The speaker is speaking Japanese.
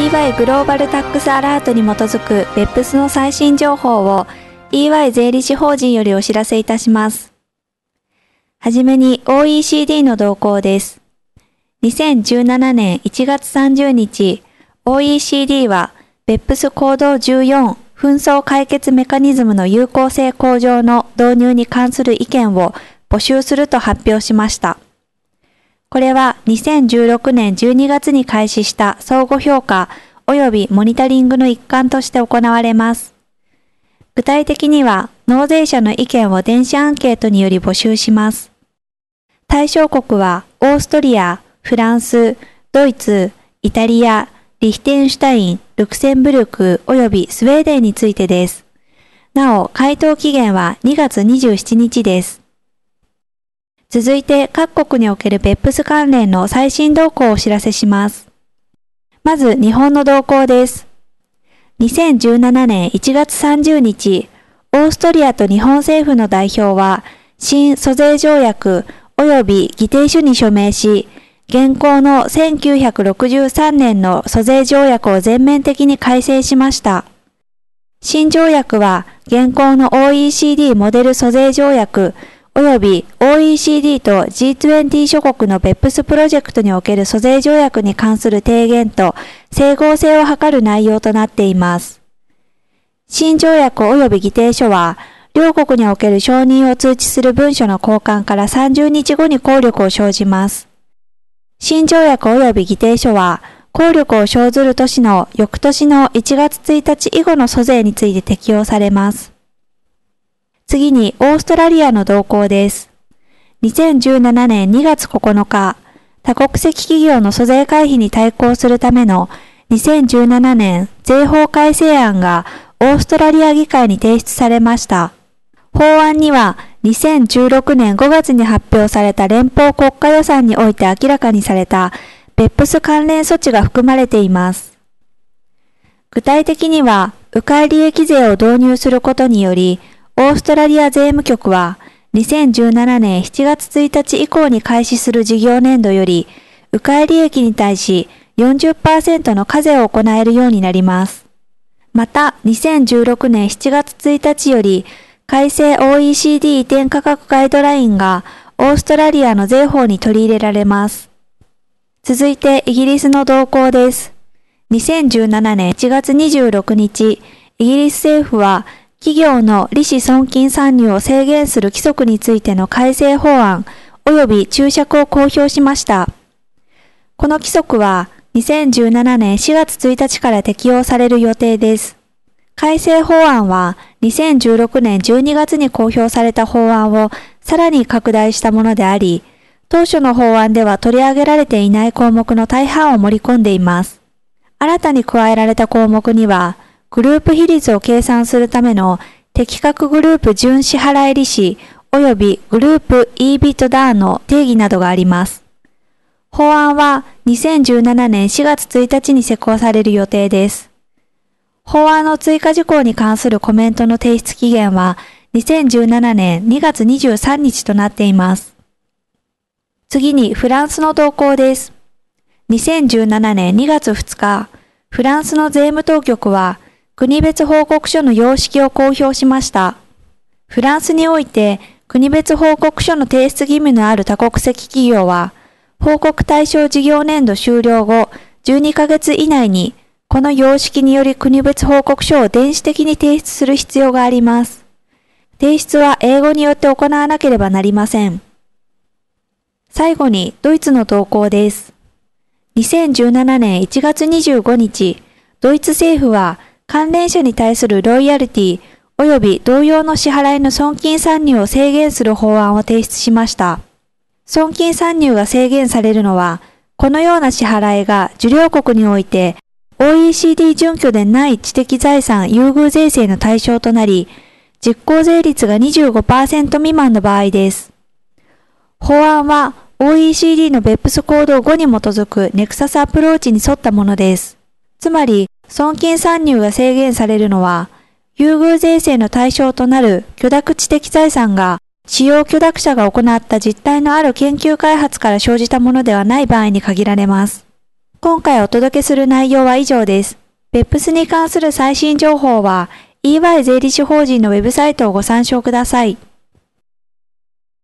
EY グローバルタックスアラートに基づく BEPS の最新情報を EY 税理士法人よりお知らせいたします。はじめに OECD の動向です。2017年1月30日、OECD は BEPS 行動14紛争解決メカニズムの有効性向上の導入に関する意見を募集すると発表しました。これは2016年12月に開始した相互評価及びモニタリングの一環として行われます。具体的には納税者の意見を電子アンケートにより募集します。対象国はオーストリア、フランス、ドイツ、イタリア、リヒテンシュタイン、ルクセンブルク及びスウェーデンについてです。なお、回答期限は2月27日です。続いて各国における BEPS 関連の最新動向をお知らせします。まず日本の動向です。2017年1月30日、オーストリアと日本政府の代表は、新租税条約及び議定書に署名し、現行の1963年の租税条約を全面的に改正しました。新条約は、現行の OECD モデル租税条約及び OECD と G20 諸国の BEPS プロジェクトにおける租税条約に関する提言と整合性を図る内容となっています。新条約及び議定書は、両国における承認を通知する文書の交換から30日後に効力を生じます。新条約及び議定書は、効力を生ずる年の翌年の1月1日以後の租税について適用されます。次にオーストラリアの動向です。2017年2月9日、多国籍企業の租税回避に対抗するための2017年税法改正案がオーストラリア議会に提出されました。法案には2016年5月に発表された連邦国家予算において明らかにされた BEPS 関連措置が含まれています。具体的には、迂回利益税を導入することにより、オーストラリア税務局は2017年7月1日以降に開始する事業年度より、迂回利益に対し 40% の課税を行えるようになります。また、2016年7月1日より、改正 OECD 移転価格ガイドラインがオーストラリアの税法に取り入れられます。続いてイギリスの動向です。2017年1月26日、イギリス政府は企業の利子損金参入を制限する規則についての改正法案及び注釈を公表しました。この規則は2017年4月1日から適用される予定です。改正法案は2016年12月に公表された法案をさらに拡大したものであり、当初の法案では取り上げられていない項目の大半を盛り込んでいます。新たに加えられた項目には、グループ比率を計算するための適格グループ純支払い利子及びグループ EBITDA の定義などがあります。法案は2017年4月1日に施行される予定です。法案の追加事項に関するコメントの提出期限は2017年2月23日となっています。次にフランスの動向です。2017年2月2日、フランスの税務当局は国別報告書の様式を公表しました。フランスにおいて国別報告書の提出義務のある多国籍企業は、報告対象事業年度終了後12ヶ月以内にこの様式により国別報告書を電子的に提出する必要があります。提出は英語によって行わなければなりません。最後にドイツの動向です。2017年1月25日、ドイツ政府は関連者に対するロイヤリティ及び同様の支払いの損金参入を制限する法案を提出しました。損金参入が制限されるのは、このような支払いが受領国において OECD 準拠でない知的財産優遇税制の対象となり、実効税率が 25% 未満の場合です。法案は OECD の BEPS 行動5に基づくネクサスアプローチに沿ったものです。つまり、損金参入が制限されるのは、優遇税制の対象となる許諾知的財産が使用許諾者が行った実態のある研究開発から生じたものではない場合に限られます。 今回お届けする内容は以上です。別府に関する最新情報は EY 税理士法人のウェブサイトをご参照ください。